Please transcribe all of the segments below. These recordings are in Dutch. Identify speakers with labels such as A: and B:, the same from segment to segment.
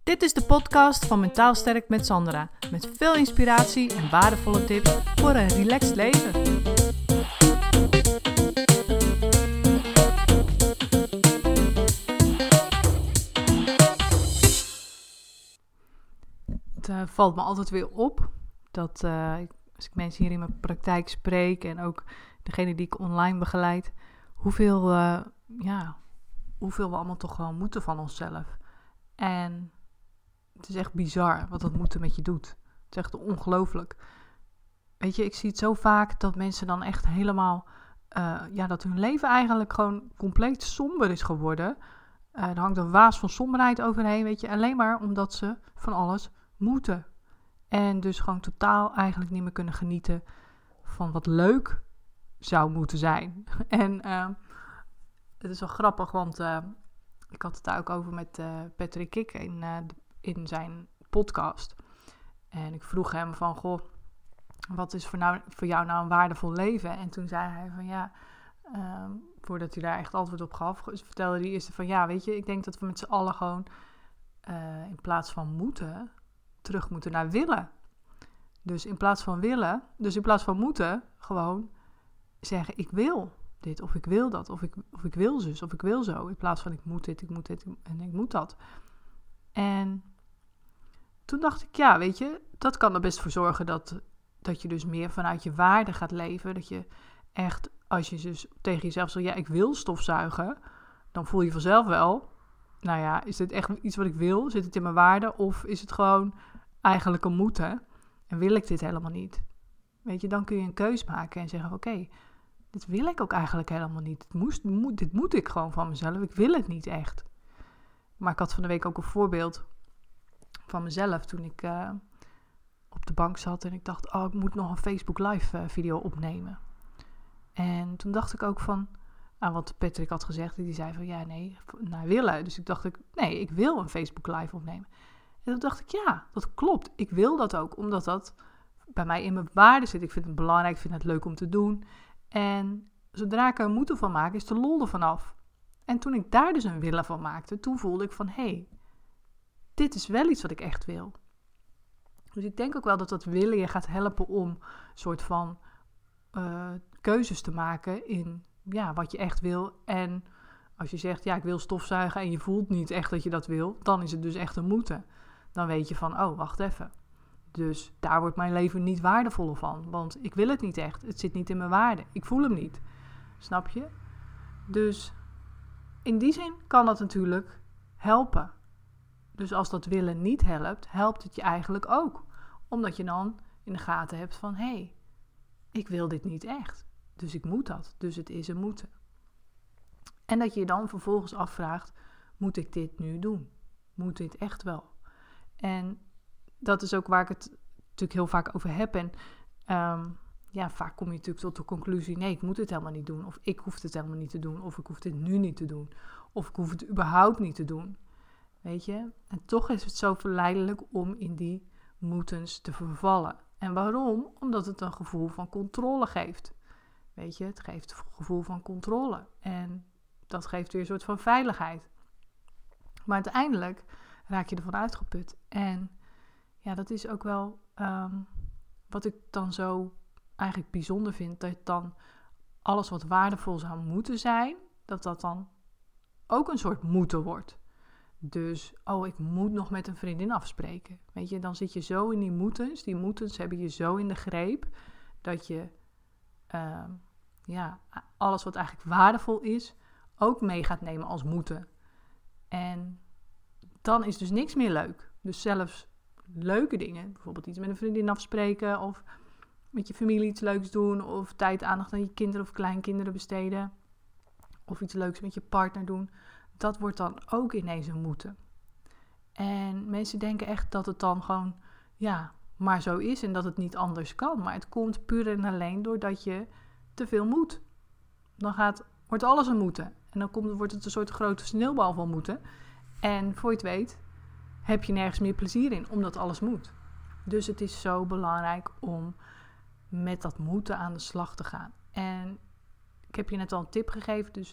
A: Dit is de podcast van Mentaal Sterk met Sandra. Met veel inspiratie en waardevolle tips voor een relaxed leven. Het valt me altijd weer op dat als ik mensen hier in mijn praktijk spreek en ook degene die ik online begeleid, hoeveel we allemaal toch gewoon moeten van onszelf. En het is echt bizar wat dat moeten met je doet. Het is echt ongelooflijk. Weet je, ik zie het zo vaak dat mensen dan echt helemaal, dat hun leven eigenlijk gewoon compleet somber is geworden. Er hangt een waas van somberheid overheen, weet je, alleen maar omdat ze van alles moeten. En dus gewoon totaal eigenlijk niet meer kunnen genieten van wat leuk zou moeten zijn. En het is wel grappig, want ik had het daar ook over met Patrick Kik in zijn podcast. En ik vroeg hem van, goh, wat is voor jou nou een waardevol leven? En toen zei hij van voordat hij daar echt antwoord op gaf, vertelde hij eerst van weet je, ik denk dat we met z'n allen gewoon in plaats van moeten, terug moeten naar willen. Dus in plaats van moeten, gewoon zeggen ik wil dit, of ik wil dat, of ik wil zus, of ik wil zo. In plaats van ik moet dit en ik moet dat. En toen dacht ik, weet je, dat kan er best voor zorgen dat je dus meer vanuit je waarde gaat leven. Dat je echt, als je dus tegen jezelf zegt, ik wil stofzuigen, dan voel je vanzelf wel, is dit echt iets wat ik wil? Zit het in mijn waarde? Of is het gewoon eigenlijk een moeten? En wil ik dit helemaal niet? Weet je, dan kun je een keus maken en zeggen, oké, dit wil ik ook eigenlijk helemaal niet. Dit moet ik gewoon van mezelf. Ik wil het niet echt. Maar ik had van de week ook een voorbeeld van mezelf toen ik op de bank zat en ik dacht, ik moet nog een Facebook live video opnemen. En toen dacht ik ook van, wat Patrick had gezegd, die zei van naar willen. Dus ik dacht, ik wil een Facebook live opnemen. En toen dacht ik, dat klopt. Ik wil dat ook, omdat dat bij mij in mijn waarde zit. Ik vind het belangrijk, ik vind het leuk om te doen. En zodra ik er moeten van maak, is de lol er vanaf. En toen ik daar dus een willen van maakte, toen voelde ik van, dit is wel iets wat ik echt wil. Dus ik denk ook wel dat willen je gaat helpen om een soort van keuzes te maken in wat je echt wil. En als je zegt, ik wil stofzuigen en je voelt niet echt dat je dat wil, dan is het dus echt een moeten. Dan weet je van, wacht even. Dus daar wordt mijn leven niet waardevoller van. Want ik wil het niet echt. Het zit niet in mijn waarde. Ik voel hem niet. Snap je? Dus in die zin kan dat natuurlijk helpen. Dus als dat willen niet helpt, helpt het je eigenlijk ook. Omdat je dan in de gaten hebt van, ik wil dit niet echt. Dus ik moet dat. Dus het is een moeten. En dat je je dan vervolgens afvraagt, moet ik dit nu doen? Moet dit echt wel? En dat is ook waar ik het natuurlijk heel vaak over heb. En vaak kom je natuurlijk tot de conclusie, ik moet het helemaal niet doen. Of ik hoef het helemaal niet te doen. Of ik hoef dit nu niet te doen. Of ik hoef het überhaupt niet te doen. Weet je? En toch is het zo verleidelijk om in die moetens te vervallen. En waarom? Omdat het een gevoel van controle geeft. Weet je? Het geeft een gevoel van controle. En dat geeft weer een soort van veiligheid. Maar uiteindelijk raak je ervan uitgeput. En dat is ook wel wat ik dan zo eigenlijk bijzonder vind. Dat dan alles wat waardevol zou moeten zijn, dat dan ook een soort moeten wordt. Dus, ik moet nog met een vriendin afspreken. Weet je, dan zit je zo in die moetens. Die moetens hebben je zo in de greep dat je alles wat eigenlijk waardevol is, ook mee gaat nemen als moeten. En dan is dus niks meer leuk. Dus zelfs leuke dingen, bijvoorbeeld iets met een vriendin afspreken of met je familie iets leuks doen of aandacht aan je kinderen of kleinkinderen besteden of iets leuks met je partner doen, dat wordt dan ook ineens een moeten. En mensen denken echt dat het dan gewoon maar zo is en dat het niet anders kan. Maar het komt puur en alleen doordat je te veel moet. Dan wordt alles een moeten. En dan wordt het een soort grote sneeuwbal van moeten. En voor je het weet heb je nergens meer plezier in, omdat alles moet. Dus het is zo belangrijk om met dat moeten aan de slag te gaan. En ik heb je net al een tip gegeven, dus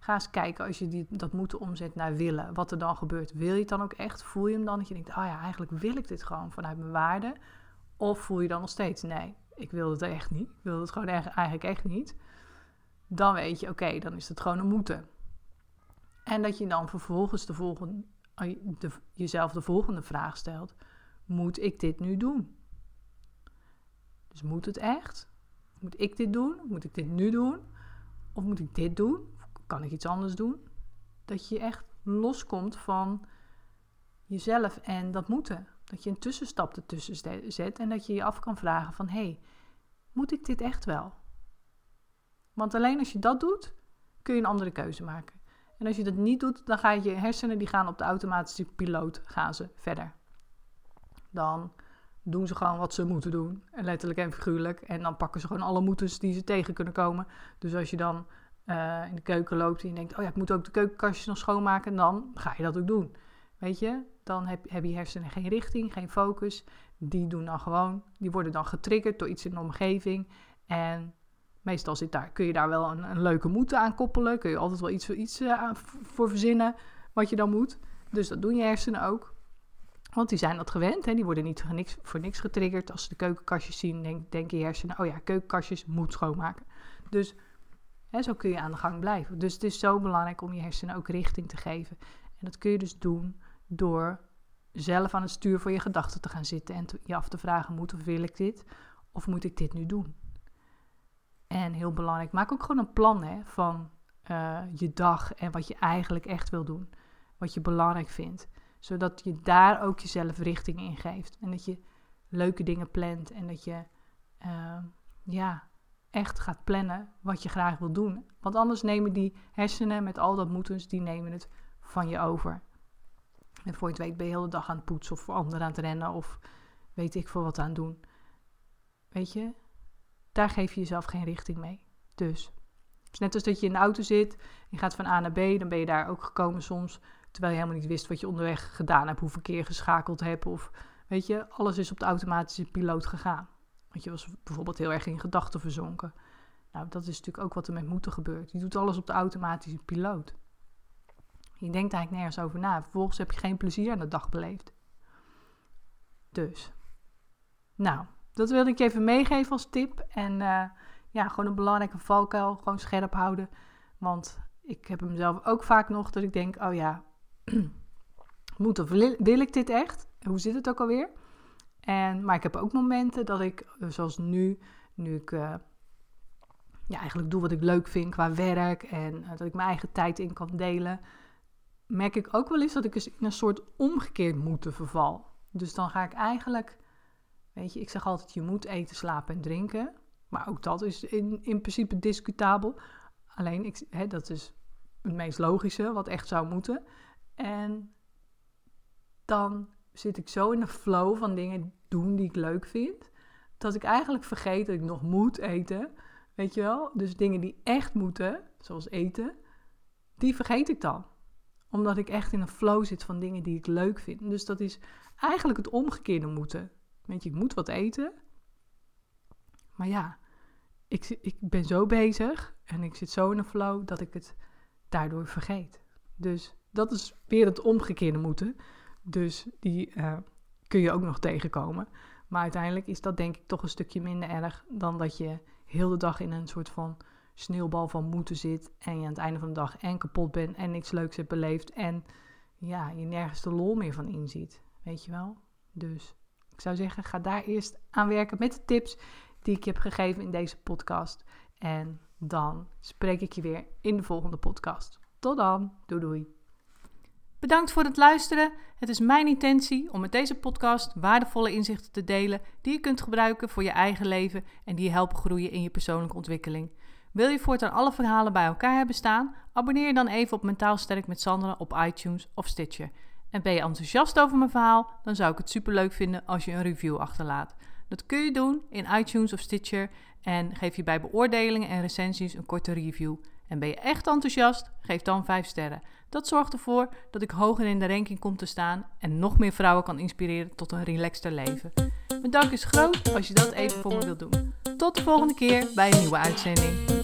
A: Ga eens kijken als je dat moeten omzet naar willen. Wat er dan gebeurt. Wil je het dan ook echt? Voel je hem dan dat je denkt, eigenlijk wil ik dit gewoon vanuit mijn waarde? Of voel je dan nog steeds, nee, ik wil het echt niet. Ik wil het gewoon eigenlijk echt niet. Dan weet je, oké, dan is het gewoon een moeten. En dat je dan vervolgens jezelf de volgende vraag stelt. Moet ik dit nu doen? Dus moet het echt? Moet ik dit doen? Moet ik dit nu doen? Of moet ik dit doen? Of kan ik iets anders doen? Dat je echt loskomt van jezelf en dat moeten. Dat je een tussenstap ertussen zet en dat je je af kan vragen van, hey, moet ik dit echt wel? Want alleen als je dat doet, kun je een andere keuze maken. En als je dat niet doet, dan gaan je hersenen, die gaan op de automatische piloot, gaan ze verder. Dan doen ze gewoon wat ze moeten doen, en letterlijk en figuurlijk. En dan pakken ze gewoon alle moetes die ze tegen kunnen komen. Dus als je dan in de keuken loopt en je denkt, ik moet ook de keukenkastjes nog schoonmaken, dan ga je dat ook doen. Weet je, dan heb je hersenen geen richting, geen focus. Die worden dan getriggerd door iets in de omgeving. En meestal kun je daar wel een leuke moeten aan koppelen. Kun je altijd wel iets voor verzinnen wat je dan moet. Dus dat doen je hersenen ook. Want die zijn dat gewend. Hè? Die worden niet voor niks getriggerd. Als ze de keukenkastjes zien, denken je hersenen, keukenkastjes moet schoonmaken. Dus zo kun je aan de gang blijven. Dus het is zo belangrijk om je hersenen ook richting te geven. En dat kun je dus doen door zelf aan het stuur van je gedachten te gaan zitten. En je af te vragen, moet of wil ik dit? Of moet ik dit nu doen? En heel belangrijk, maak ook gewoon een plan van je dag en wat je eigenlijk echt wil doen. Wat je belangrijk vindt. Zodat je daar ook jezelf richting in geeft. En dat je leuke dingen plant. En dat je echt gaat plannen wat je graag wil doen. Want anders nemen die hersenen met al dat moetens, die nemen het van je over. En voor je het weet ben je de hele dag aan het poetsen of voor anderen aan het rennen. Of weet ik veel wat aan het doen. Weet je, daar geef je jezelf geen richting mee. Dus het is net als dat je in de auto zit. Je gaat van A naar B. Dan ben je daar ook gekomen soms. Terwijl je helemaal niet wist wat je onderweg gedaan hebt. Hoeveel keer geschakeld hebt. Of weet je, alles is op de automatische piloot gegaan. Want je was bijvoorbeeld heel erg in gedachten verzonken. Nou, dat is natuurlijk ook wat er met moeten gebeurt. Je doet alles op de automatische piloot. Je denkt eigenlijk nergens over na. Vervolgens heb je geen plezier aan de dag beleefd. Dus. Nou, dat wilde ik je even meegeven als tip. En gewoon een belangrijke valkuil. Gewoon scherp houden. Want ik heb hem zelf ook vaak nog dat ik denk, moet of wil ik dit echt? Hoe zit het ook alweer? Maar ik heb ook momenten dat ik, zoals nu ik eigenlijk doe wat ik leuk vind qua werk en dat ik mijn eigen tijd in kan delen, merk ik ook wel eens dat ik in een soort omgekeerd moeten verval. Dus dan ga ik eigenlijk, weet je, ik zeg altijd je moet eten, slapen en drinken. Maar ook dat is in principe discutabel. Alleen, dat is het meest logische, wat echt zou moeten. En dan zit ik zo in de flow van dingen doen die ik leuk vind, dat ik eigenlijk vergeet dat ik nog moet eten. Weet je wel? Dus dingen die echt moeten, zoals eten, die vergeet ik dan. Omdat ik echt in een flow zit van dingen die ik leuk vind. Dus dat is eigenlijk het omgekeerde moeten. Weet je, ik moet wat eten. Maar ja, ik ben zo bezig en ik zit zo in een flow dat ik het daardoor vergeet. Dus dat is weer het omgekeerde moeten. Dus die kun je ook nog tegenkomen. Maar uiteindelijk is dat denk ik toch een stukje minder erg dan dat je heel de dag in een soort van sneeuwbal van moeten zit. En je aan het einde van de dag en kapot bent en niks leuks hebt beleefd. En ja, je nergens de lol meer van inziet. Weet je wel? Dus ik zou zeggen, ga daar eerst aan werken met de tips die ik je heb gegeven in deze podcast. En dan spreek ik je weer in de volgende podcast. Tot dan. Doei doei. Bedankt voor het luisteren. Het is mijn intentie om met deze podcast waardevolle inzichten te delen die je kunt gebruiken voor je eigen leven en die je helpen groeien in je persoonlijke ontwikkeling. Wil je voortaan alle verhalen bij elkaar hebben staan? Abonneer je dan even op Mentaal Sterk met Sandra op iTunes of Stitcher. En ben je enthousiast over mijn verhaal? Dan zou ik het superleuk vinden als je een review achterlaat. Dat kun je doen in iTunes of Stitcher en geef je bij beoordelingen en recensies een korte review. En ben je echt enthousiast? Geef dan 5 sterren. Dat zorgt ervoor dat ik hoger in de ranking kom te staan en nog meer vrouwen kan inspireren tot een relaxter leven. Mijn dank is groot als je dat even voor me wilt doen. Tot de volgende keer bij een nieuwe uitzending.